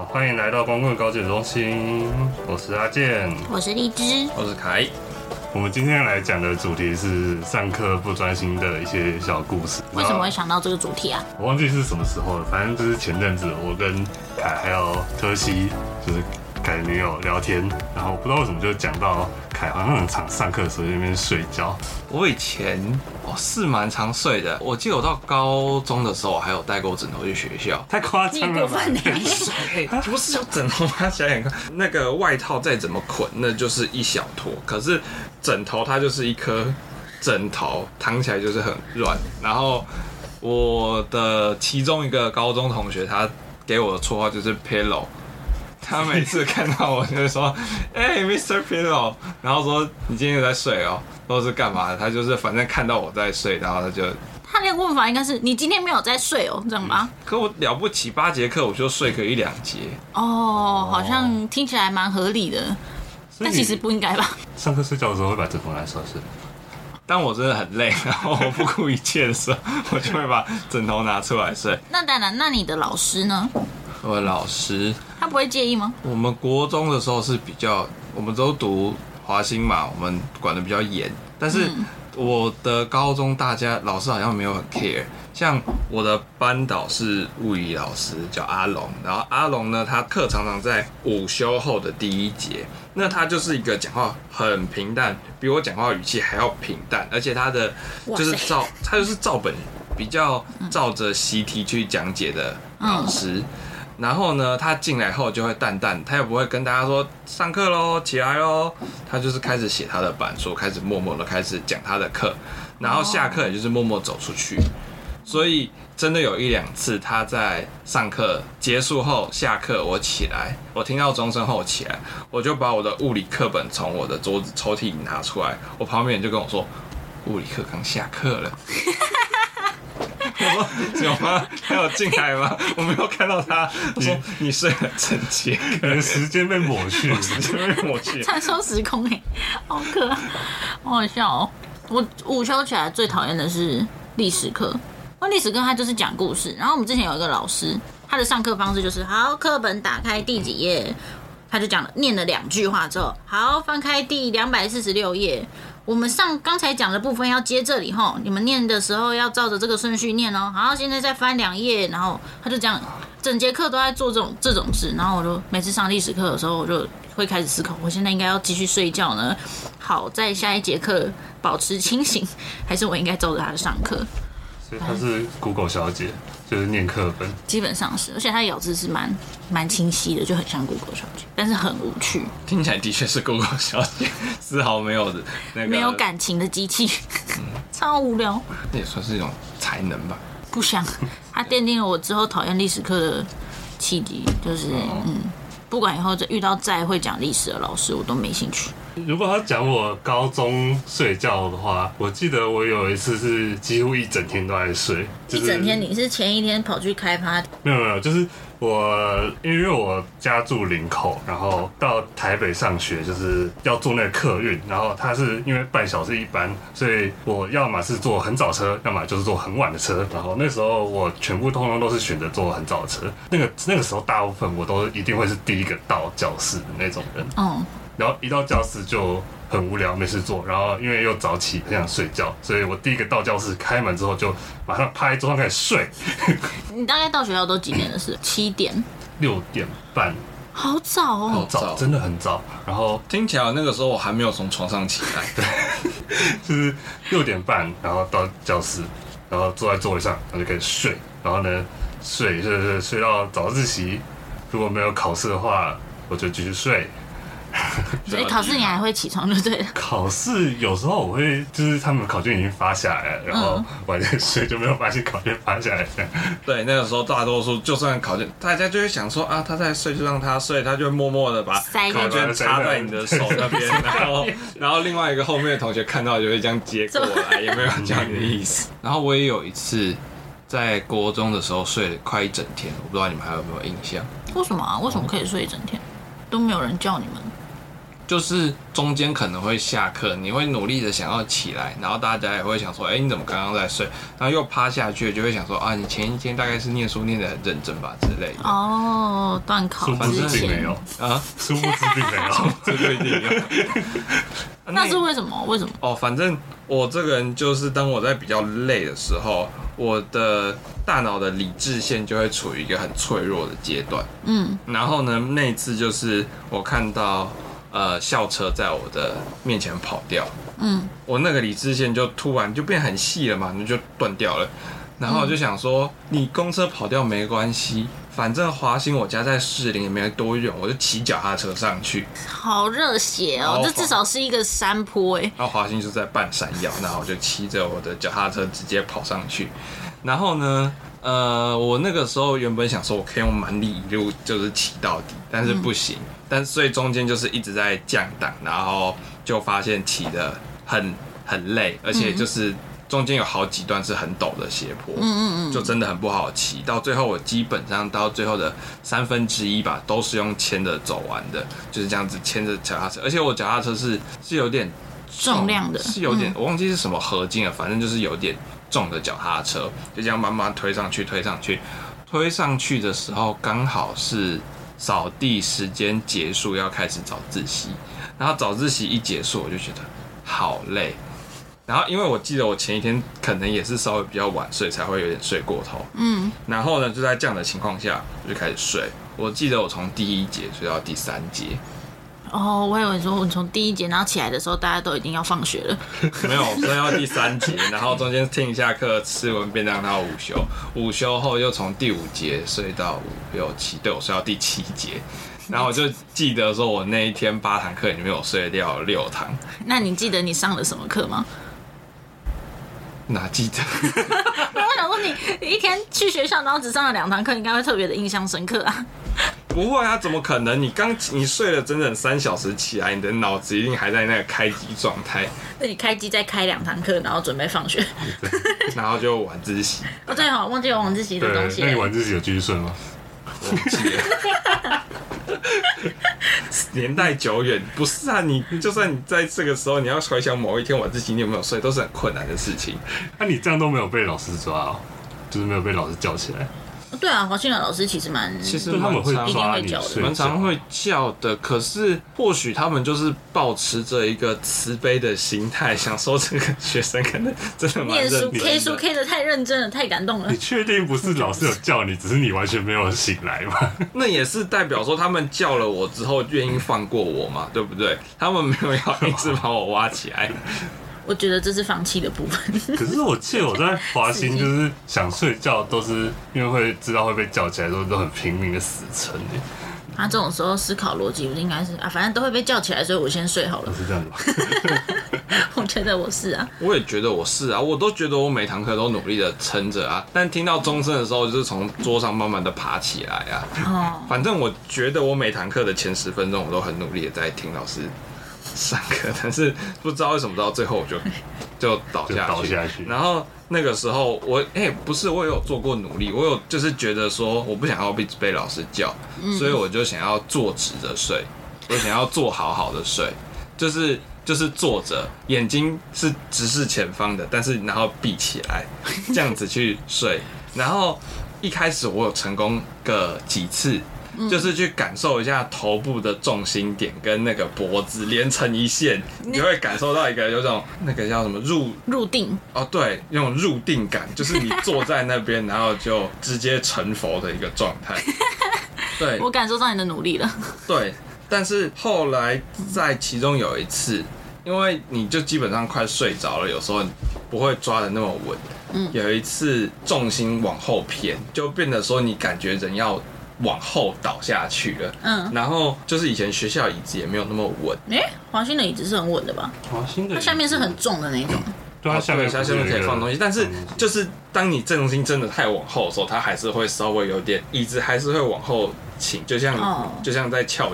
欢迎来到光棍高检中心，我是阿健， 我是荔枝， 我是凯。 我们今天来讲的主题是上课不专心的一些小故事。 为什么会想到这个主题啊？ 我忘记是什么时候了，反正就是前阵子我跟凯还有特西，就是凯的女友聊天，然后不知道为什么就讲到凯好像很常上课的时候在那边睡觉。 我以前是蛮常睡的，我记得我到高中的时候，我还有带过枕头去学校。 太夸张了吧！ 不是有枕头吗？想想看，那个外套再怎么捆，那就是一小坨，可是枕头它就是一颗枕头，躺起来就是很软。然后我的其中一个高中同学，他给我的绰号就是 Pillow。他每次看到我就说：“哎、Mr. Pillow。”然后说：“你今天有在睡哦？”都是干嘛的？他就是反正看到我在睡，然后他就他那个问法应该是你今天没有在睡哦，这样吗？ 可我了不起8节课我就睡个1-2节。 哦，好像听起来蛮合理的，但其实不应该吧？ 上课睡觉的时候会把枕头拿出来睡。 当我真的很累，然后我不顾一切的时候，我就会把枕头拿出来睡。 那当然，那你的老师呢？ 我的老师他不会介意吗？ 我们国中的时候是比较，我们都读华兴嘛，我们管的比较严。但是我的高中大家老师好像没有很 care。像我的班导是物理老师，叫阿龙。然后阿龙呢，他课常常在午休后的第1节。那他就是一个讲话很平淡，比我讲话语气还要平淡，而且他的就是他就是照本比较照着习题去讲解的老师。然后呢，他进来后就会淡淡，他也不会跟大家说上课咯，起来咯，他就是开始写他的板书，开始默默的开始讲他的课，然后下课也就是默默走出去。所以真的有1-2次，他在上课结束后下课，我起来，我听到钟声后起来，我就把我的物理课本从我的桌子抽屉里拿出来，我旁边人就跟我说，物理课刚下课了。我说有吗？他有进来吗？我没有看到他。我说你睡了整节课， 你的时间被抹去， 时间被抹去， 传说时空哎，好可爱，好好笑哦！我午休起来最讨厌的是历史课，因为历史课他就是讲故事。然后我们之前有一个老师，他的上课方式就是好，课本打开第几页，他就念了2句话之后，好，翻开第246页。我们刚才讲的部分要接这里齁，你们念的时候要照着这个顺序念哦。好，现在再翻2页，然后他就这样，整节课都在做这种事。然后我就每次上历史课的时候，我就会开始思考，我现在应该要继续睡觉呢，好在下一节课保持清醒，还是我应该照着他的上课？ 所以她是 Google 小姐，就是念课本， 基本上是，而且他的咬字是蛮清晰的，就很像 Google 小姐，但是很无趣。 听起来的确是 Google 小姐，丝毫没有的没有感情的机器，超无聊。 那也算是一种才能吧。 不想，他奠定了我之后讨厌历史课的契机，就是不管以后遇到再会讲历史的老师，我都没兴趣。 如果他讲我高中睡觉的话，我记得我有一次是几乎一整天都在睡。 一整天？你是前一天跑去开趴？ 没有，就是因为我家住林口，然后到台北上学，就是要坐那个客运，然后他是因为半小时一班，所以我要么是坐很早车，要么就是坐很晚的车。然后那时候我全部通通都是选择坐很早的车。那个时候大部分我都一定会是第一个到教室的那种人。然后一到教室就很无聊，没事做，然后因为又早起，很想睡觉，所以我第一个到教室，开门之后就马上趴在桌上开始睡。 你大概到学校都几点的事？7点、 6点半， 好早哦， 好早，真的很早。然后听起来那个时候我还没有从床上起来， 对，就是6点半，然后到教室，然后坐在座位上，然后就开始睡，然后呢睡到早自习，如果没有考试的话，我就继续睡。 所以考试你还会起床就对了。 考试有时候我会，就是他们考卷已经发下来了，然后我还在睡，就没有发现考卷发下来。 对，那个时候大多数就算考卷，大家就会想说啊，他在睡就让他睡，他就会默默的把考卷插在你的手那边，然后另外一个后面的同学看到就会这样接过来，也没有叫你的意思。然后我也有一次在国中的时候睡了快1整天，我不知道你们还有没有印象？ 为什么啊？为什么可以睡一整天？都没有人叫你们？ 就是中间可能会下课，你会努力的想要起来，然后大家也会想说，你怎么刚刚在睡？然后又趴下去，就会想说啊，你前一天大概是念书念得很认真吧之类的。 哦，段考殊不知之前并没有啊， 殊不知并没有， 这不一定有。 那是为什么？为什么？ 哦，反正我这个人就是当我在比较累的时候，我的大脑的理智线就会处于一个很脆弱的阶段。然后呢，那一次就是我看到校车在我的面前跑掉，我那个理智线就突然就变很细了嘛，那就断掉了。然后我就想说，你公车跑掉没关系，反正华兴我家在士林也没多远，我就骑脚踏车上去。 好热血哦！这至少是一个山坡哎。 然后华兴就在半山腰，然后我就骑着我的脚踏车直接跑上去。然后呢，我那个时候原本想说我可以用蛮力一路就是骑到底，但是不行。但所以中间就是一直在降档，然后就发现骑得很累，而且就是中间有好几段是很陡的斜坡，就真的很不好骑。到最后我基本上到最后的1/3吧，都是用牵着走完的，就是这样子牵着脚踏车。而且我脚踏车是有点重量的， 是有点我忘记是什么合金了，反正就是有点重的脚踏车，就这样慢慢推上去。推上去的时候刚好是扫地时间结束，要开始早自习。然后早自习一结束，我就觉得好累。然后因为我记得我前一天可能也是稍微比较晚睡，才会有点睡过头。然后呢，就在这样的情况下，我就开始睡。我记得我从第1节睡到第3节。 哦，我以为说我从第1节，然后起来的时候，大家都已经要放学了。 没有，睡到第3节，然后中间听一下课，吃完便当，然后午休。午休后又从第5节睡到5、6、7，对，我睡到第7节。然后我就记得说，我那一天8堂课里面我睡掉了6堂。 那你记得你上了什么课吗？ 哪记得？ 我想说，你一天去学校，然后只上了2堂课，应该会特别的印象深刻啊。 不会啊，怎么可能？你睡了整整3小时起来，你的脑子一定还在那个开机状态。 那你开机再开2堂课，然后准备放学， 然后就晚自习。 哦，对哦，忘记有晚自习的东西。 那你晚自习有继续睡吗？ 忘记了。年代久远，不是啊，就算你在这个时候，你要回想某一天晚自习你有没有睡，都是很困难的事情。 那你这样都没有被老师抓哦，就是没有被老师叫起来。 对啊，华信的老师其实他们会抓你的， 蛮常会叫的。可是或许他们就是抱持着一个慈悲的心态，想说这个学生可能真的蛮认真的， 念书 K 书 K 的太认真了，太感动了。 你确定不是老师有叫你，只是你完全没有醒来吗？ 那也是代表说他们叫了我之后愿意放过我嘛，对不对？他们没有要一直把我挖起来。 我觉得这是放弃的部分。 可是我记得我在华兴就是想睡觉，都是因为会知道会被叫起来，都很拼命的死撑。 他这种时候思考逻辑，应该是反正都会被叫起来，所以我先睡好了。 是这样子吗？ 我觉得我是啊， 我也觉得我是啊，我都觉得我每堂课都努力的撑着啊，但听到钟声的时候，就是从桌上慢慢的爬起来啊。反正我觉得我每堂课的前10分钟，我都很努力的在听老师上课，但是不知道为什么到最后我就倒下去。然后那个时候不是我有做过努力，我有就是觉得说我不想要被老师叫，所以我就想要坐直着睡，我想要坐好好的睡，就是坐着，眼睛是直视前方的，但是然后闭起来，这样子去睡。然后一开始我有成功个几次。就是去感受一下头部的重心点跟那个脖子连成一线，你会感受到一个有种那个叫什么入定哦，对，那种入定感，就是你坐在那边，然后就直接成佛的一个状态。对， 我感受到你的努力了。 对，但是后来在其中有一次，因为你就基本上快睡着了，有时候不会抓得那么稳。有一次重心往后偏，就变得说你感觉人要往后倒下去了，然后就是以前学校椅子也没有那么稳。 华兴的椅子是很稳的吧？ 华兴的它下面是很重的那种。 对，它下面可以放东西，但是就是当你重心真的太往后的时候，它还是会稍微有点，椅子还是会往后倾，就像在翘脚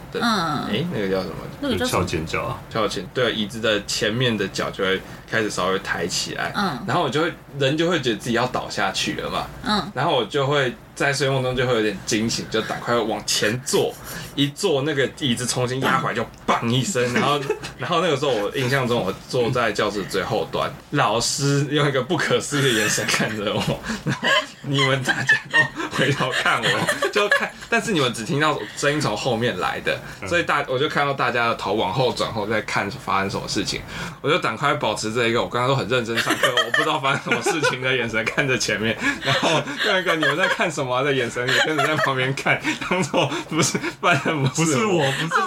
的，那个叫什么？ 那个叫翘尖角啊， 翘前，对，椅子的前面的脚就会开始稍微抬起来，然后人就会觉得自己要倒下去了嘛，然后我就会在睡梦中就会有点惊醒，就赶快往前坐，一坐那个椅子重新压回来就砰一声，然后那个时候我印象中我坐在教室最后端，老师用一个不可思议的眼神看着我，然后你们大家都回头看我，就看，但是你们只听到声音从后面来的，所以我就看到大家的头往后转后在看发生什么事情，我就赶快保持这一个我刚刚都很认真上课，我不知道发生什么事情的眼神看着前面，然后用一个你们在看什么的眼神也跟着在旁边看，当做不是班人不是我，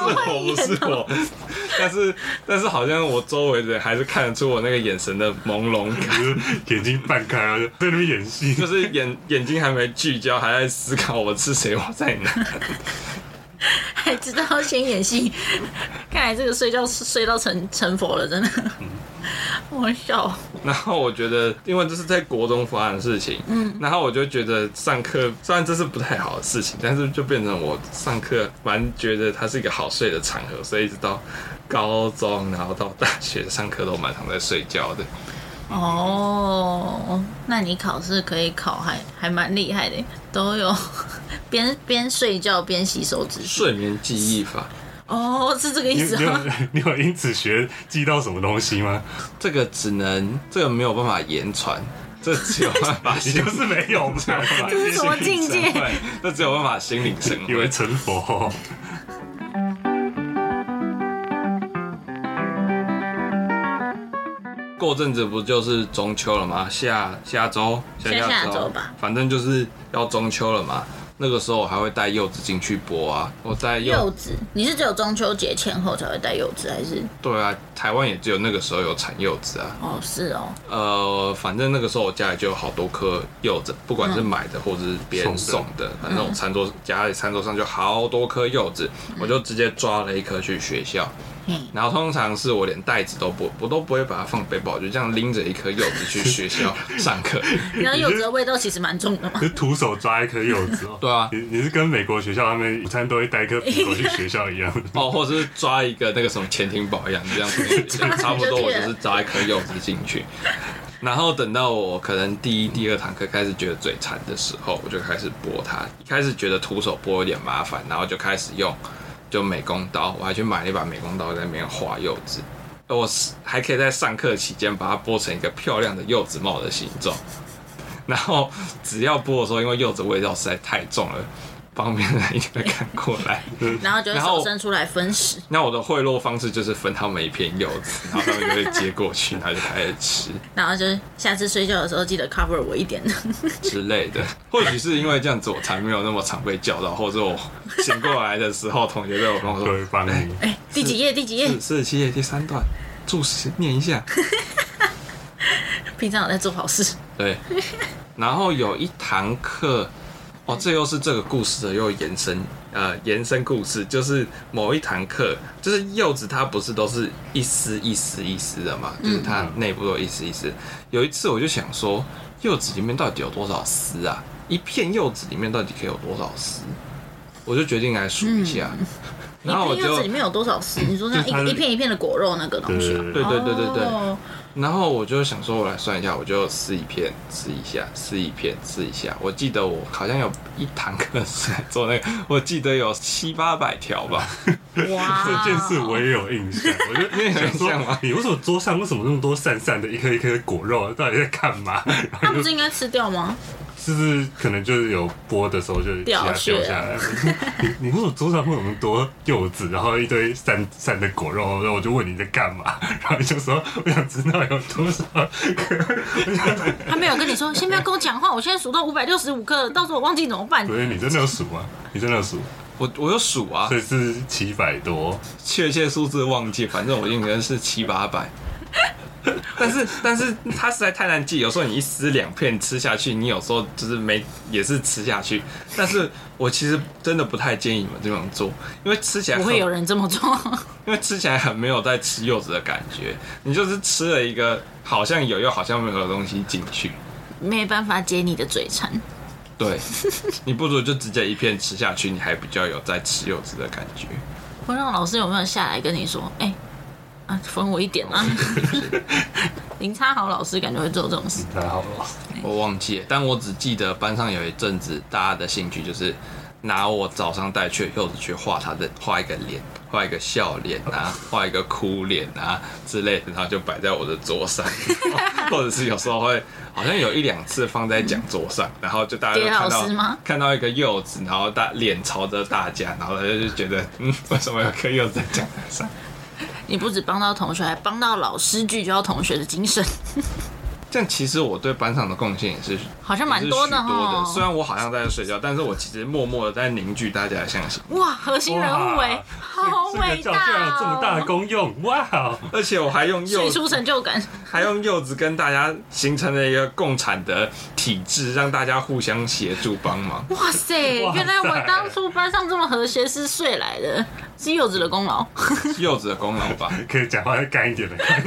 但是好像我周围的人还是看得出我那个眼神的朦胧感， 眼睛半开啊，在那边演戏， 就是眼睛还没聚焦，还在思考我是谁，我在哪。 还知道先演戏，看来这个睡到成佛了，真的，我笑。 然后我觉得，因为这是在国中发生的事情，然后我就觉得上课虽然这是不太好的事情，但是就变成我上课蛮觉得它是一个好睡的场合，所以一直到高中，然后到大学上课都蛮常在睡觉的。 哦，那你考试可以考还蛮厉害的，都有边睡觉边吸收知识。 睡眠记忆法。 哦，是这个意思吗？ 你有因此记到什么东西吗？ 这个没有办法言传，这只有办法你就是没有嘛？ 这是什么境界？ 这只有办法心领神会。 以为成佛。 过阵子不就是中秋了吗？下周吧， 反正就是要中秋了嘛。那个时候我还会带柚子进去剥啊，我带柚子，你是只有中秋节前后才会带柚子，还是？ 对啊，台湾也只有那个时候有产柚子啊。 哦，是哦。 反正那个时候我家里就有好多颗柚子，不管是买的或者是别人送的，反正我家里餐桌上就好多颗柚子，我就直接抓了一颗去学校。然后通常是我连袋子我都不会把它放背包，我就这样拎着一颗柚子去学校上课。 然后柚子的味道其实蛮重的嘛。 是徒手抓一颗柚子哦。 对啊， 你是跟美国学校他们午餐都会带一颗苹果去学校一样。 哦，或者是抓一个那个什么潜艇堡一样，这样子差不多，我就是抓一颗柚子进去。然后等到我可能第二堂课开始觉得嘴馋的时候，我就开始剥它。一开始觉得徒手剥有点麻烦，然后就开始用美工刀，我还去买了一把美工刀在那边划柚子，我还可以在上课期间把它剥成一个漂亮的柚子帽的形状。然后只要剥的时候，因为柚子味道实在太重了，旁边的人一定会看过来， 然后就会手伸出来分食。 那我的贿赂方式就是分他们一片柚子，然后他们就会接过去，然后就开始吃。 然后就是下次睡觉的时候记得 cover 我一点之类的。或许是因为这样子，我才没有那么常被叫到，或者我醒过来的时候，同学对我跟我说：“ 对，帮你。 第几页？第几页 ？47页第3段，注释念一下。” 平常有在做好事。 对。然后有一堂课。哦，这又是这个故事的又延伸故事，就是某一堂课，就是柚子它不是都是一丝一丝一丝的嘛，就是它内部都有一丝一丝。有一次我就想说，柚子里面到底有多少丝啊？一片柚子里面到底可以有多少丝？我就决定来数一下。然后我就柚子里面有多少丝？你说像一片一片的果肉那个东西？ 对。然后我就想说，我来算一下，我就撕一片，撕一下，撕一片，撕一下。我记得我好像有一堂课是在做那个，我记得有700-800条吧。 哇！ 这件事我也有印象，我就想说，你为什么桌上为什么那么多散散的一颗一颗果肉，到底在干嘛？ 那不是应该吃掉吗？ 是不是可能就是有剥的时候就掉下来？你为什么桌上会有那么多柚子，然后一堆散的果肉？然后我就问你在干嘛，然后你就说我想知道有多少颗。 他没有跟你说，先不要跟我讲话，我现在数到565颗，到时候我忘记怎么办？ 对，你真的有数吗？你真的有数？ 我有数啊， 所以是700多， 确切数字忘记，反正我应该是700-800。但是它实在太难记，有时候你一撕2片吃下去，你有时候就是也是吃下去。但是我其实真的不太建议你们这样做，因为吃起来不会有人这么做， 因为吃起来很没有在吃柚子的感觉，你就是吃了一个好像有又好像没有的东西进去， 没办法解你的嘴馋。 对，你不如就直接一片吃下去，你还比较有在吃柚子的感觉。 会让老师有没有下来跟你说，分我一点啊？林差豪老师感觉会做这种事。 太好了， 我忘记了，但我只记得班上有一阵子大家的兴趣就是拿我早上带去的柚子去画一个脸，画一个笑脸啊，画一个哭脸啊之类的，然后就摆在我的桌上，或者是有时候会好像有1-2次放在讲桌上，然后就大家就看到一个柚子，然后脸朝着大家，然后他就觉得为什么有颗柚子在讲台上？ 你不只帮到同学，还帮到老师聚焦同学的精神。 这样其实我对班上的贡献也是好像蛮多的哈。虽然我好像在睡觉，但是我其实默默的在凝聚大家的向心。 哇，核心人物哎，好伟大！ 居然有这么大的功用，哇！ 而且我还用柚子出成就感， 还用柚子跟大家形成了一个共产的体制，让大家互相协助帮忙。 哇塞！原来我当初班上这么和谐是睡来的，是柚子的功劳。 柚子的功劳吧？ 可以讲话再干一点的关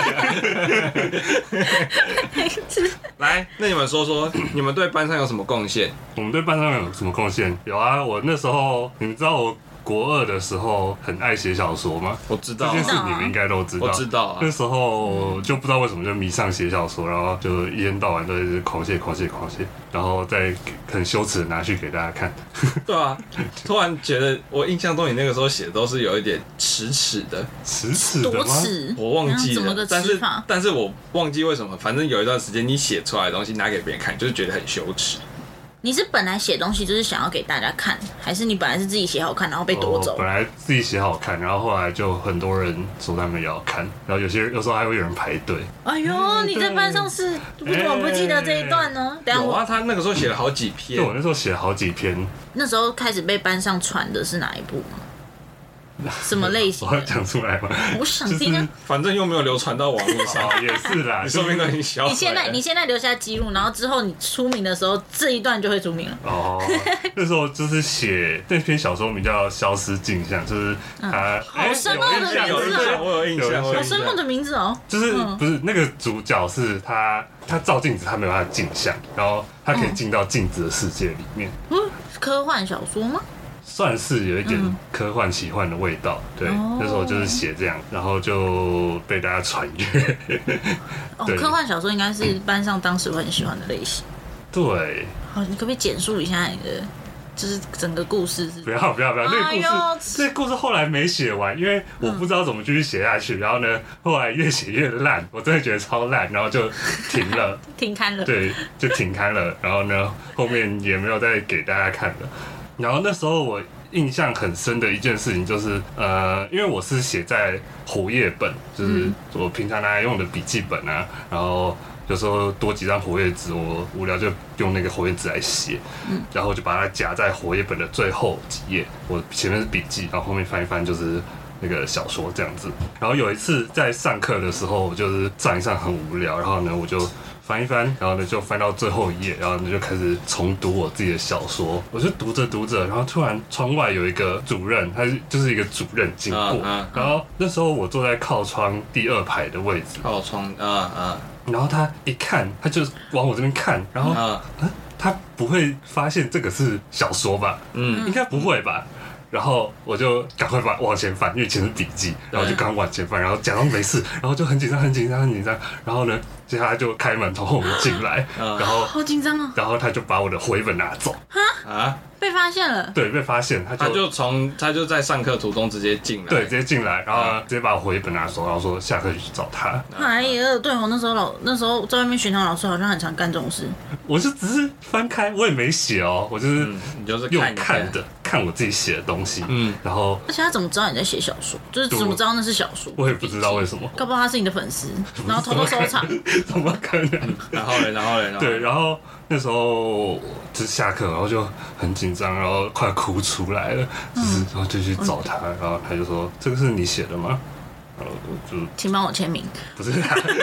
系。来，那你们说说，你们对班上有什么贡献？ 我们对班上有什么贡献？有啊，我那时候，你们知道我国2的时候很爱写小说吗？ 我知道， 这件事你们应该都知道。 我知道啊。 那时候就不知道为什么就迷上写小说，然后就一天到晚都一直狂写，然后再很羞耻的拿去给大家看。 对啊，突然觉得我印象中你那个时候写的都是有一点迟迟的多吗？ 我忘记了， 怎么个迟法？ 但是我忘记为什么，反正有一段时间你写出来的东西拿给别人看，就是觉得很羞耻。 你是本来写东西就是想要给大家看，还是你本来是自己写好看，然后被夺走？ 本来自己写好看，然后后来就很多人说他们也要看，然后有时候还会有人排队。 哎呦，你在班上是我怎么不记得这一段呢？ 有啊，他那个时候写了好几篇。 对，我那时候写了好几篇。 那时候开始被班上传的是哪一部吗？什么类型？ 我要讲出来吗？ 我想听啊。 反正又没有流传到网络上， 也是啦。 你说明都已经消。 你现在留下记录，然后之后你出名的时候，这一段就会出名了。 哦，那时候就是写那篇小说名叫《消失镜像》，就是他好深奥的名字哦， 我有印象， 好深奥的名字哦。 就是不是那个主角是他照镜子，他没有他的镜像，然后他可以进到镜子的世界里面。 科幻小说吗？ 算是有一点科幻奇幻的味道，对，那时候就是写这样，然后就被大家传阅。 科幻小说应该是班上当时会很喜欢的类型。 对， 好，你可不可以简述一下你的，就是整个故事是？ 不要，这个故事后来没写完，因为我不知道怎么继续写下去，然后呢，后来越写越烂，我真的觉得超烂，然后就停了， 停刊了， 对，就停刊了，然后呢，后面也没有再给大家看了。然后那时候我印象很深的一件事情就是，因为我是写在活页本，就是我平常拿来用的笔记本啊，然后有时候多几张活页纸，我无聊就用那个活页纸来写，然后就把它夹在活页本的最后几页，我前面是笔记，然后后面翻一翻就是那个小说这样子。然后有一次在上课的时候，我就是上一上很无聊，然后呢我就翻一翻，然后呢就翻到最后一页，然后呢就开始重读我自己的小说。我就读着，然后突然窗外有一个主任，他就是一个主任经过，然后那时候我坐在靠窗第2排的位置， 靠窗然后他一看，他就往我这边看，然后他不会发现这个是小说吧？应该不会吧？然后我就赶快往前翻，因为前是笔记，然后就赶快往前翻，然后假装没事，然后就很紧张，然后呢，接下来就开门从后面进来，然后好紧张哦， 然后他就把我的活页本拿走， 被发现了， 对，被发现，他就在上课途中直接进来， 对，直接进来，然后直接把我活页本拿走，然后说下课去找他。 哎呀，对哦，那时候在外面巡堂老师好像很常干这种事。 我就只是翻开，我也没写哦，我就是你就是用看我自己写的东西，然后而且他怎么知道你在写小说？就是怎么知道那是小说？ 我也不知道为什么， 搞不好他是你的粉丝，然后偷偷收藏， 怎么可能？ 然后嘞， 对，然后那时候就是下课，然后就很紧张，然后快哭出来了，然后就去找他，然后他就说：“这个是你写的吗？”然后我就请帮我签名。 不是，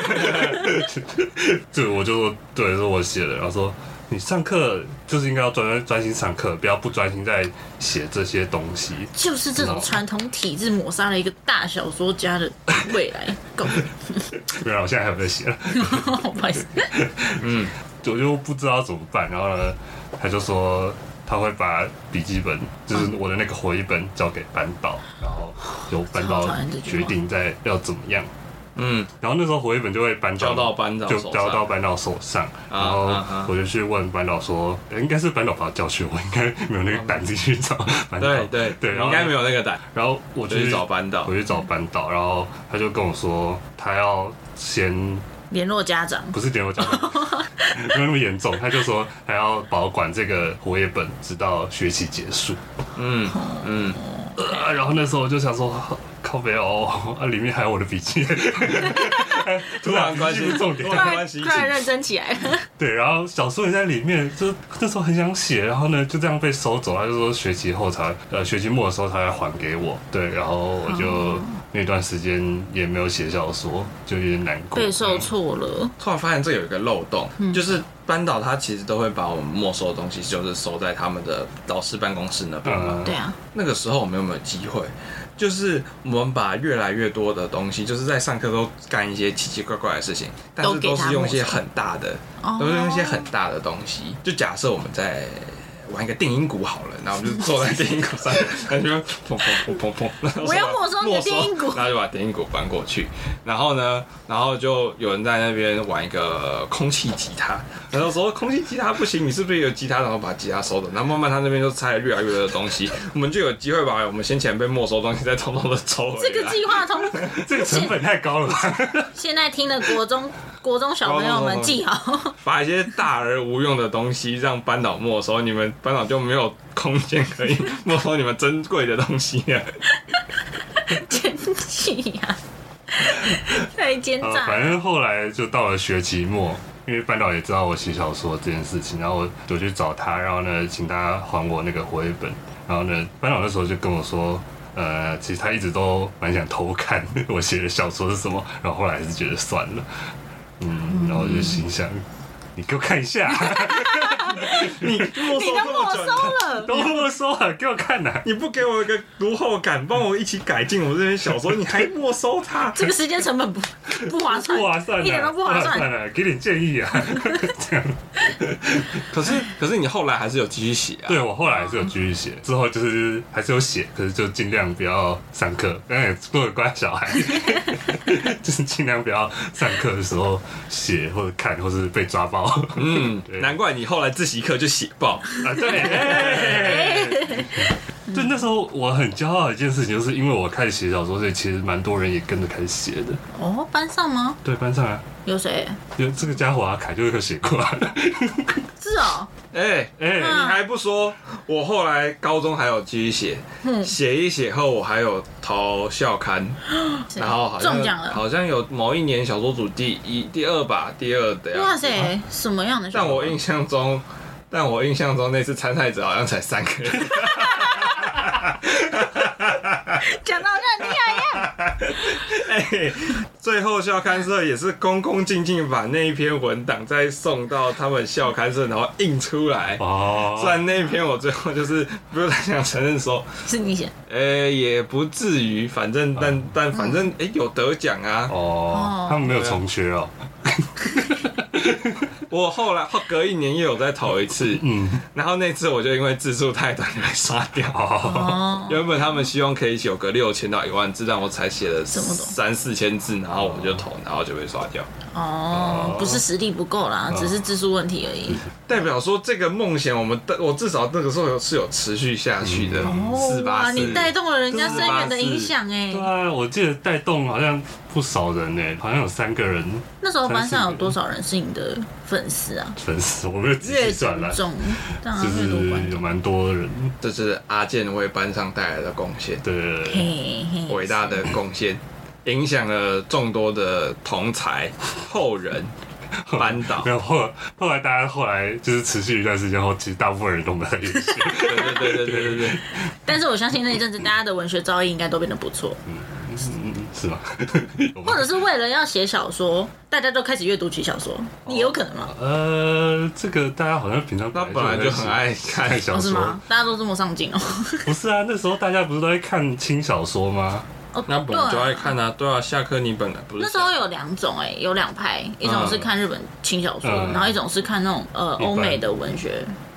对，我就说对，是我写的，然后说。你上课就是应该要专心上课，不要不专心在写这些东西。 就是这种传统体制抹杀了一个大小说家的未来。 没有，我现在还有在写了。 不好意思。 我就不知道怎么办，然后呢，他就说他会把笔记本，就是我的那个活页本交给班导，然后由班导决定在要怎么样。然后那时候活页本就会交到班导手上，然后我就去问班导说，应该是班导把我叫去，我应该没有那个胆子去找班导。 对， 应该没有那个胆。 然后我就去找班导， 然后他就跟我说，他要先联络家长， 不是联络家长，没有那么严重。他就说他要保管这个活页本直到学期结束。然后那时候我就想说，靠北哦，里面还有我的笔记， 突然关心重点， 突然认真起来了。 对，然后小说也在里面，就那时候很想写，然后呢就这样被收走。他就说学期末的时候他要还给我。对，然后我就那段时间也没有写小说，就有点难过， 备受挫了。 突然发现这有一个漏洞，就是班导他其实都会把我们没收的东西，就是收在他们的老师办公室那边嘛。 对啊， 那个时候我们有没有机会？就是我们把越来越多的东西，就是在上课都干一些奇奇怪怪的事情，但是都是用一些很大的，东西。就假设我们在玩一个定音鼓好了，然后我们就坐在定音鼓上，然后就砰砰砰砰砰， 我要没收你的定音鼓， 然后就把定音鼓搬过去，然后呢，就有人在那边玩一个空气吉他，然后说空气吉他不行，你是不是有吉他？然后把吉他收走，然后慢慢他那边就拆了越来越多的东西，我们就有机会把我们先前被没收的东西再统统的抽回来。 这个计划这个成本太高了吧？ 现在听了国中小朋友们记好， 把一些大而无用的东西让班导没收，你们班导就没有空间可以没收你们珍贵的东西了。 真气呀！太奸诈。 反正后来就到了学期末，因为班导也知道我写小说这件事情，然后我去找他，然后呢，请他还我那个活页本。然后呢，班导那时候就跟我说，其实他一直都蛮想偷看我写的小说是什么，然后后来还是觉得算了，然后我就心想，你给我看一下。你都没收了， 都没收了，给我看呐！ 你不给我一个读后感，帮我一起改进我这篇小说，你还没收它？ 这个时间成本不划算，一点都不划算。 给点建议啊！这样。 可是你后来还是有继续写啊？ 对，我后来还是有继续写，之后就是还是有写，可是就尽量不要上课，刚才也做了乖小孩，就是尽量不要上课的时候写或者看，或是被抓包。 难怪你后来自习课就写爆啊！ 对，对，那时候我很骄傲的一件事情，就是因为我开始写小说，所以其实蛮多人也跟着开始写的。 哦，班上吗？ 对，班上啊。 有谁？ 有这个家伙啊，凯就有写过。 是哦。 你还不说，我后来高中还有继续写，写一写后我还有投校刊，然后好像有某一年小说组第二的样子。 哇塞，什么样的小说？ 但我印象中那次参赛者好像才3个人。 讲到很厉害呀！ 最后校刊社也是恭恭敬敬把那一篇文档再送到他们校刊社，然后印出来。虽然那一篇我最后就是不是太想承认说是你写， 也不至于，反正反正有得奖啊。 他们没有重缺哦。 我后来隔一年又有再投一次，然后那次我就因为字数太短被刷掉。原本他们希望可以有个6000到10000字，但我才写了3-4千字，然后我就投，然后就被刷掉。 不是实力不够啦，只是字数问题而已。 代表说这个梦想，我至少那个时候是有持续下去的。484， 你带动了人家深远的影响哎。 对啊，我记得带动好像不少人哎，好像有3个人。 那时候班上有多少人是你的粉丝啊？ 粉丝我没有仔细算了，就是有蛮多人。 这是阿健为班上带来的贡献， 对， 伟大的贡献，影响了众多的同才后人。班导没有后来大家后来就是持续一段时间后，其实大部分人都没在联系。 对。 但是我相信那一阵子大家的文学造诣应该都变得不错。 是吗？ 或者是为了要写小说，大家都开始阅读起小说，你有可能吗？ 这个大家好像平常本来就很爱看小说， 是吗？大家都这么上进哦？ 不是啊，那时候大家不是都在看轻小说吗？ 那本来就爱看啊，对啊，下课你本来不是。 那时候有2种有2派，一种是看日本轻小说，然后一种是看那种欧美的文学。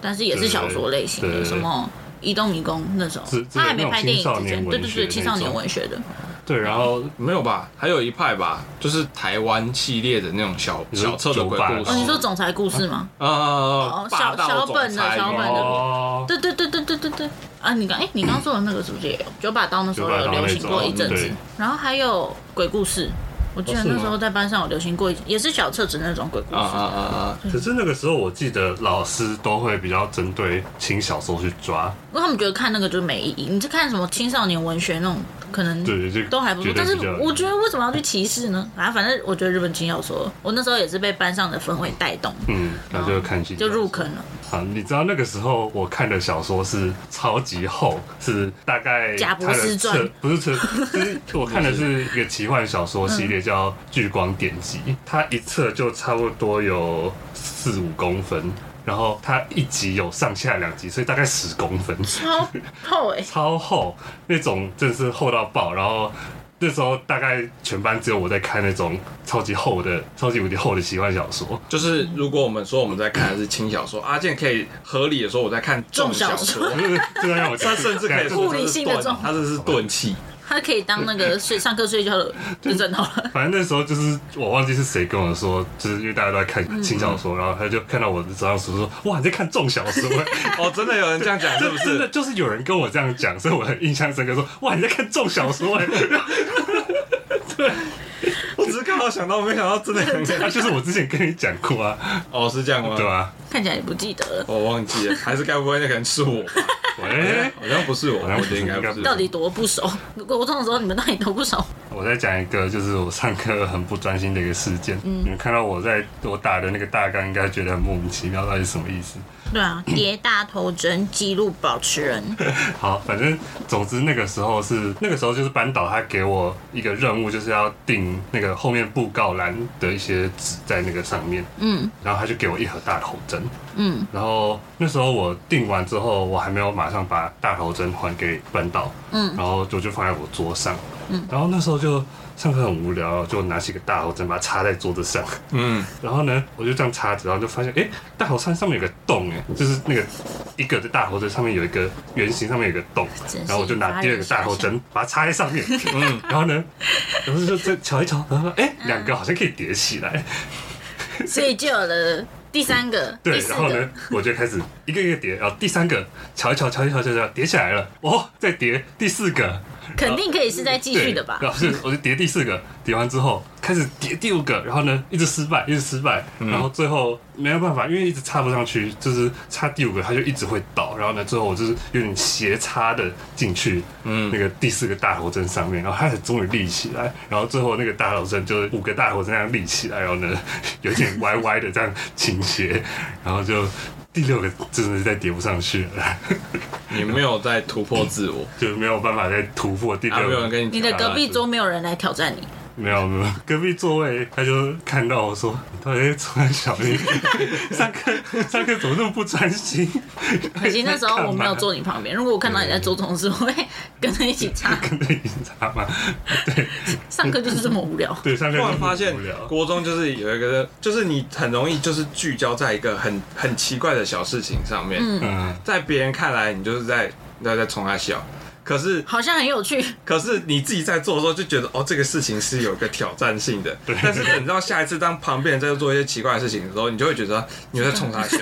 但是也是小说类型的， 对什么移动迷宫那时候是， 他还没拍电影之前，对对对，青少年文文学的。 对，然后没有吧？还有一派吧，就是台湾系列的那种小册的鬼故哦， 事。 你说总裁故事吗？ 霸道小本的总裁小本的， 哦， 对对对对对对对。啊，你刚说的那个是不是也有9把刀？那时候有流行过一阵子对。 然后还有鬼故事，我记得那时候在班上有流行过，也是小册子那种鬼故事。 可是那个时候我记得老师都会比较针对轻小说去抓， 因为他们觉得看那个就是没意义。你是看什么青少年文学那种，可能对，就都还不错。但是我觉得为什么要去歧视呢？反正我觉得日本轻小说，我那时候也是被班上的氛围带动， 然后就看轻小说就入坑了。 好，你知道那个时候我看的小说是超级厚，是大概贾博士传， 不是就是我看的是一个奇幻小说系列叫《聚光典籍》，它一册就差不多有4-5公分。然后它一集有上下2集，所以大概10公分， 超厚超厚那种，真的是厚到爆。然后那时候大概全班只有我在看那种超级厚的、超级无敌厚的奇幻小说。 就是如果我们说我们在看的是轻小说，阿健可以合理的说我在看重小说， 这个让我， 他甚至可以说物理性的重， 他这是钝器。 他可以当那个上课睡觉的枕头了。 反正那时候就是我忘记是谁跟我说，就是因为大家都在看轻小说，然后他就看到我的手上书说：“哇，你在看重小说。” 哦，真的有人这样讲，是不是？ 真的就是有人跟我这样讲，所以我很印象深刻，说：“哇，你在看重小说。”对。 我只是刚好想到，没想到真的很他就是我之前跟你讲过啊。 哦，是这样吗？ 对啊。 看起来也不记得了。 我忘记了，还是该不会那个人是我吧？好像不是我，我觉得应该不是。 到底多不熟？国中的时候你们到底多不熟？ 我再讲一个，就是我上课很不专心的一个事件。你们看到我打的那个大纲，应该觉得很莫名其妙，到底是什么意思？ 对啊，叠大头针记录保持人。 好，反正总之那个时候就是班导他给我一个任务，就是要订那个后面布告栏的一些纸在那个上面。然后他就给我1盒大头针。然后那时候我订完之后，我还没有马上把大头针还给班导。然后我就放在我桌上。然后那时候就上课很无聊，就拿起一个大头针把它插在桌子上。然后呢，我就这样插着，然后就发现，大头针上面有个洞，就是那个一个的大头针上面有一个圆形，上面有个洞。然后我就拿第2个大头针把它插在上面。然后呢，老师就再瞧一瞧，然后说，2个好像可以叠起来。 所以就有了第3个。 对，然后呢，我就开始一个一个叠，然后第3个瞧一瞧，叠起来了。再叠第4个。 肯定可以是在继续的吧？ 然后我就叠第4个，叠完之后开始叠第5个，然后呢一直失败，然后最后没有办法，因为一直插不上去，就是插第5个它就一直会倒，然后呢最后我就是有点斜插的进去，那个第4个大头针上面，然后它才终于立起来，然后最后那个大头针就是5个大头针这样立起来，然后呢有点歪歪的这样倾斜，然后就。第6个真的是再叠不上去了。 你没有在突破自我， 就没有办法再突破第6个。 没有人跟你的隔壁桌没有人来挑战你。 没有，隔壁座位他就看到我说：“你到底在穿小衣？上课怎么那么不专心？” 可惜那时候我没有坐你旁边，如果我看到你在做这种事，我会跟着一起插。 跟着一起插吗？对， 上课就是这么无聊。 对，上课突然发现国中就是有一个，就是你很容易就是聚焦在一个很奇怪的小事情上面，在别人看来你就是在冲他笑。可是好像很有趣， 可是你自己在做的时候就觉得这个事情是有个挑战性的。但是等到下一次当旁边人在做一些奇怪的事情的时候，你就会觉得你在冲他笑。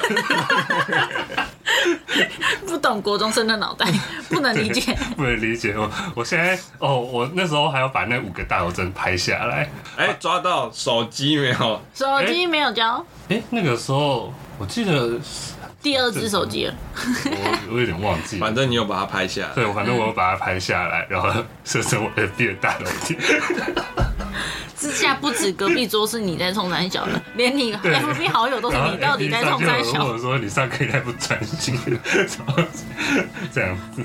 不懂国中生的脑袋，不能理解。 不能理解。我现在我那时候还要把那5个大头针拍下来。 抓到手机没有？ 手机没有交。 那个时候我记得。 第2只手机了， 我有点忘记了。 反正你有把它拍下来。 对，反正我有把它拍下来，然后设成我的第2大头贴。 之下不止隔壁桌是你在冲三小的，连你 FB 好友都是你到底在冲三小。 我说你上课太不专心了，这样子。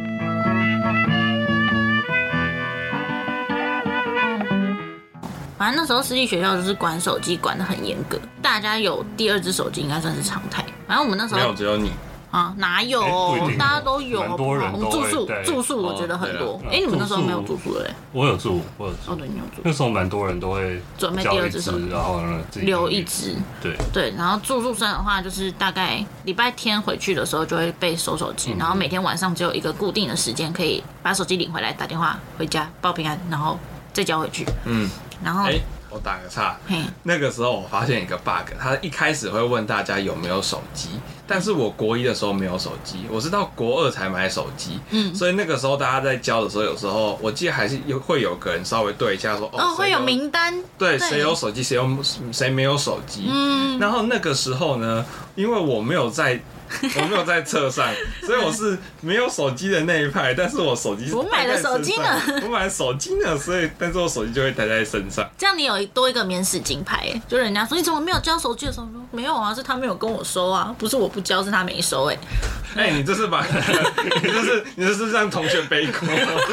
反正那时候私立学校就是管手机管得很严格，大家有第2只手机应该算是常态。反正我们那时候没有，只有你。 啊，哪有？ 不一定大家都有， 蛮多人我们住宿对住宿，我觉得很多。 对你们那时候没有住宿的嘞？ 我有住。 哦，对，你有住。 那时候蛮多人都会准备第二只手机， 然后呢自己留一只。 对， 然后住宿生的话，就是大概礼拜天回去的时候就会被收手机，然后每天晚上只有一个固定的时间可以把手机领回来，打电话回家报平安，然后再交回去。然后我打个岔，那个时候我发现一个 bug， 他一开始会问大家有没有手机，但是我国一的时候没有手机，我是到国2才买手机，所以那个时候大家在教的时候，有时候我记得还是会有个人稍微对一下说， 会有名单， 对，谁有手机，谁没有手机，然后那个时候呢，因为我没有在册上，所以我是没有手机的那一派，但是我手机我买了手机呢， 所以但是我手机就会带在身上。 这样你有多一个免死金牌，就人家说你怎么没有交手机的时候，说没有啊，是他没有跟我收啊，不是我不交，是他没收。 你这是把你这是让同学背锅，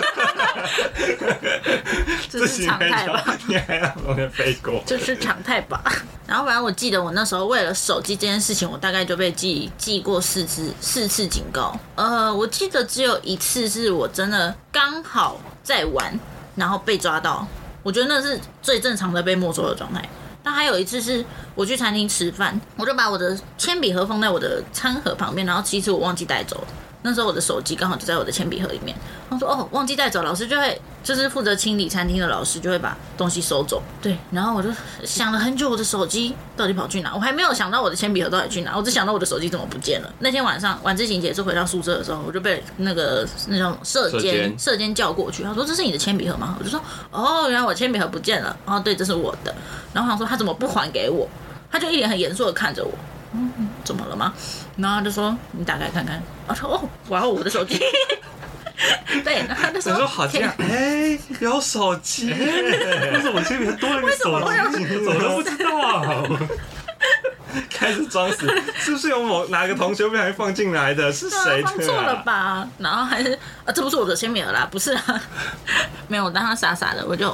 这是常态吧？ 你还让同学背锅， 这是常态吧？然后反正我记得我那时候为了手机这件事情，我大概就被记过4次警告。我记得只有一次是我真的刚好在玩，然后被抓到，我觉得那是最正常的被没收的状态。但还有一次是我去餐厅吃饭，我就把我的铅笔盒放在我的餐盒旁边，然后其实我忘记带走了。那时候我的手机刚好就在我的铅笔盒里面，他说忘记带走，老师就会就是负责清理餐厅的老师就会把东西收走。对，然后我就想了很久，我的手机到底跑去哪？我还没有想到我的铅笔盒到底去哪，我只想到我的手机怎么不见了。那天晚上晚自习结束回到宿舍的时候，我就被那种舍监叫过去，他说这是你的铅笔盒吗？我就说原来我铅笔盒不见了。对，这是我的。然后他说他怎么不还给我？他就一脸很严肃的看着我。怎么了吗？然后他就说你打开看看。我说哇，我的手机。对，然后他就说你说好这样，有手机， 为什么铅笔盒多了个手机？怎么都不知道啊？ 开始装死，是不是有哪个同学不小心放进来的？是谁的？ 放错了吧？然后还是这不是我的铅笔盒啦，不是啊，没有，我当他傻傻的，我就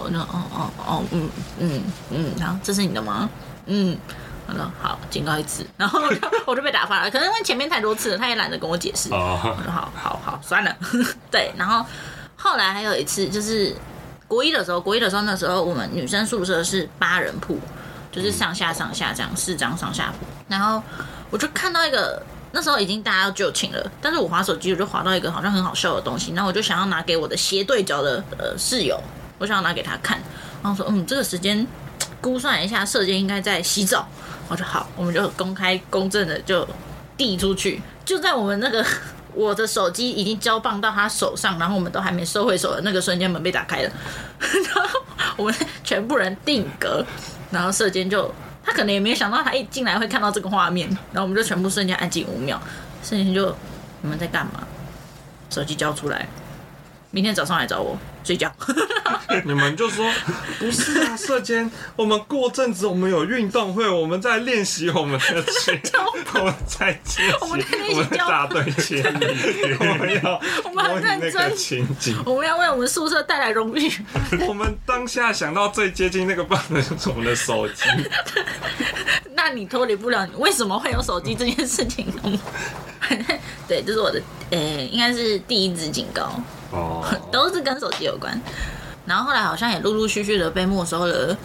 然后这是你的吗？我说好，警告一次，然后我就被打发了。可能因为前面太多次了，他也懒得跟我解释。我说好，算了。对，然后后来还有一次，就是国一的时候，那时候我们女生宿舍是8人铺，就是上下这样4张上下铺。然后我就看到一个，那时候已经大家要就寝了，但是我滑手机，我就滑到一个好像很好笑的东西，然后我就想要拿给我的斜对角的室友，我想要拿给他看，然后说这个时间估算一下，舍监应该在洗澡。我说好，我们就公开公正的就递出去，就在我们我的手机已经交棒到他手上，然后我们都还没收回手的那个瞬间，门被打开了，然后我们全部人定格，然后舍监他可能也没有想到他一进来会看到这个画面，然后我们就全部瞬间安静5秒，舍监就你们在干嘛？手机交出来，明天早上来找我睡觉。 你们就说不是啊，舍监，我们过阵子我们有运动会，我们在练习我们的群，我们在练习，我们在大队接力，我们很认真情景， 我们要为我们宿舍带来荣誉。 我们当下想到最接近那个棒的就是我们的手机。 那你脱离不了你为什么会有手机这件事情。对，这是我的应该是第一支警告。都是跟手机有关。然后后来好像也陆陆续续的被没收了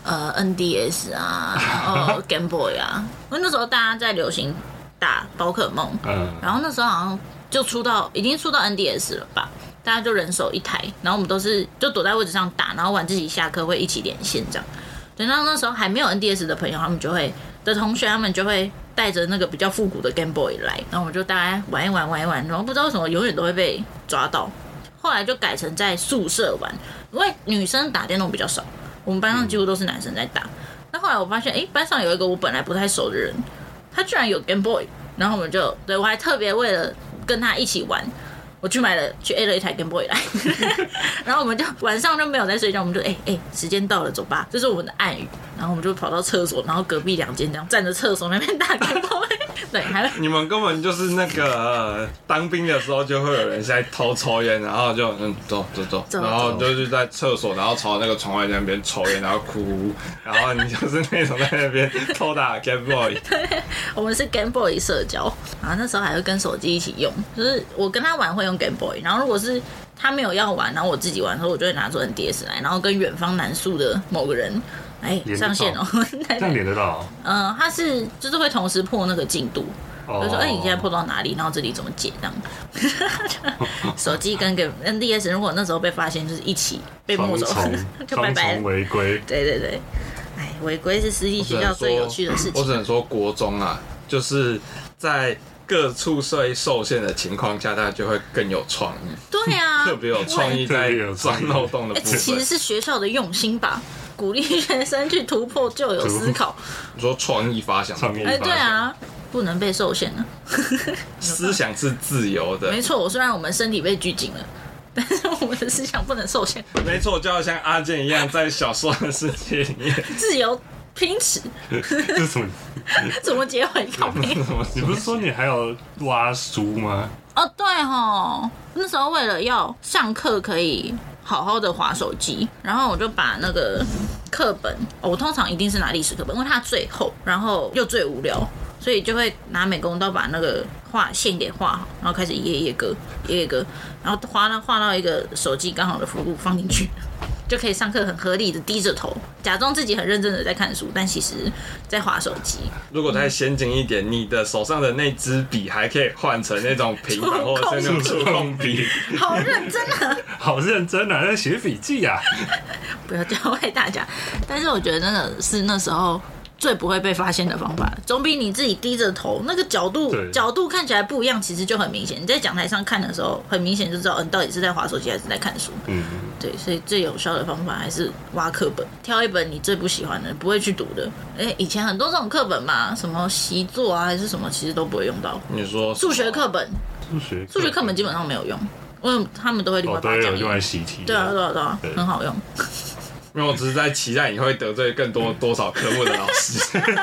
NDS 啊，然后 Game Boy 啊，因为那时候大家在流行打宝可梦，然后那时候好像已经出到 NDS 了吧，大家就人手一台，然后我们都是就躲在位置上打，然后晚自习下课会一起连线这样。等到那时候还没有 NDS 的朋友，同学他们就会带着那个比较复古的 Game Boy 来，然后我们就大概玩一玩，然后不知道为什么永远都会被抓到。后来就改成在宿舍玩，因为女生打电动比较少，我们班上几乎都是男生在打。那后来我发现，班上有一个我本来不太熟的人，他居然有 Game Boy， 然后我们就我还特别为了跟他一起玩，我去A 了一台 Game Boy 来，然后我们就晚上就没有在睡觉，我们就时间到了，走吧，这是我们的暗语。 然后我们就跑到厕所，然后隔壁2间这样站着厕所那边打 Game Boy。对，还有你们根本就是那个当兵的时候就会有人在偷抽烟，然后就走，然后就是在厕所，然后朝那个窗外那边抽烟，然后哭，然后你就是那种在那边偷打 Game Boy。 对，我们是 Game Boy 社交啊，那时候还会跟手机一起用，就是我跟他玩会用 Game Boy， 然后如果是他没有要玩，然后我自己玩的时候，我就会拿出 NDS 来，然后跟远方南宿的某个人。上线哦， 这样连得到？ 他是就是会同时破那个进度，就说你现在破到哪里，然后这里怎么解这样。手机跟 NDS 如果那时候被发现，就是一起被没收，就拜拜了。 违规。 对，违规是私立学校最有趣的事情。 我只能说国中啊，就是在各处受限的情况下，大家就会更有创意。 对啊， 特别有创意在钻漏洞的部分。 其实是学校的用心吧。鼓励学生去突破旧有思考。 你说创意发想， 对啊，不能被受限了。 思想是自由的， 没错。虽然我们身体被拘谨了，但是我们的思想不能受限。 没错，就要像阿健一样，在小说的世界里面自由拼尺。 这是什么？ 怎么结尾靠背？ 你不是说你还有挖书吗？ 哦，对齁，那时候为了要上课可以好好的滑手机，然后我就把那个课本，我通常一定是拿历史课本，因为它最厚，然后又最无聊，所以就会拿美工刀把那个线给画好，然后开始一页一页割，然后画到一个手机刚好的幅度放进去，就可以上课很合理的低着头，假装自己很认真的在看书，但其实在滑手机。 如果再先进一点，你的手上的那支笔还可以换成那种平板或者是那种触控笔。 好认真啊！ 好认真啊，在写笔记啊！ 不要教坏大家，但是我觉得真的是那时候最不会被发现的方法，总比你自己低着头那个角度看起来不一样，其实就很明显。你在讲台上看的时候，很明显就知道你到底是在滑手机还是在看书。对，所以最有效的方法还是挖课本，挑一本你最不喜欢的、不会去读的。以前很多这种课本嘛，什么习作啊还是什么，其实都不会用到。 你说数学课本，数学课本基本上没有用，因为他们都会另外把它讲义。 用来习题。 对啊，很好用。 因为我只是在期待你会得罪更多少科目的老师，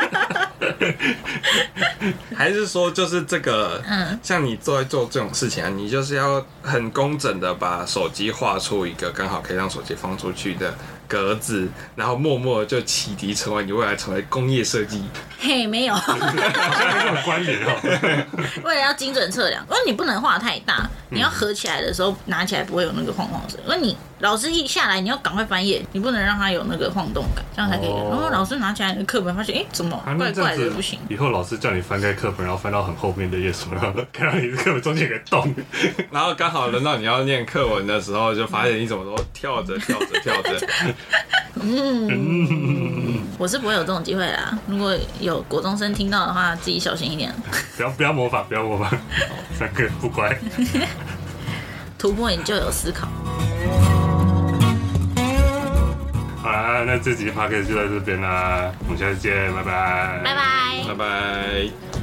还是说就是这个，像你在做这种事情啊，你就是要很工整的把手机画出一个刚好可以让手机放出去的格子，然后默默的就启迪成为你未来成为工业设计。 嘿，没有， 好像这种关联哦。 为了要精准测量，因为你不能画太大，你要合起来的时候拿起来不会有那个晃晃声，因为你老师一下来你要赶快翻页，你不能让它有那个晃动感，这样才可以。然后老师拿起来你的课本，发现怎么怪怪的，不行。 以后老师叫你翻开课本，然后翻到很后面的页数，然后看到你的课本中间有个洞， 然后刚好轮到你要念课文的时候，就发现你怎么都跳着。 我是不会有这种机会啦。如果有国中生听到的话，自己小心一点。 不要模仿，三个不乖。 突破你就有思考。 好啦，那这集 podcast 就到这边啦，我们下次见，拜拜。 拜拜。 拜拜。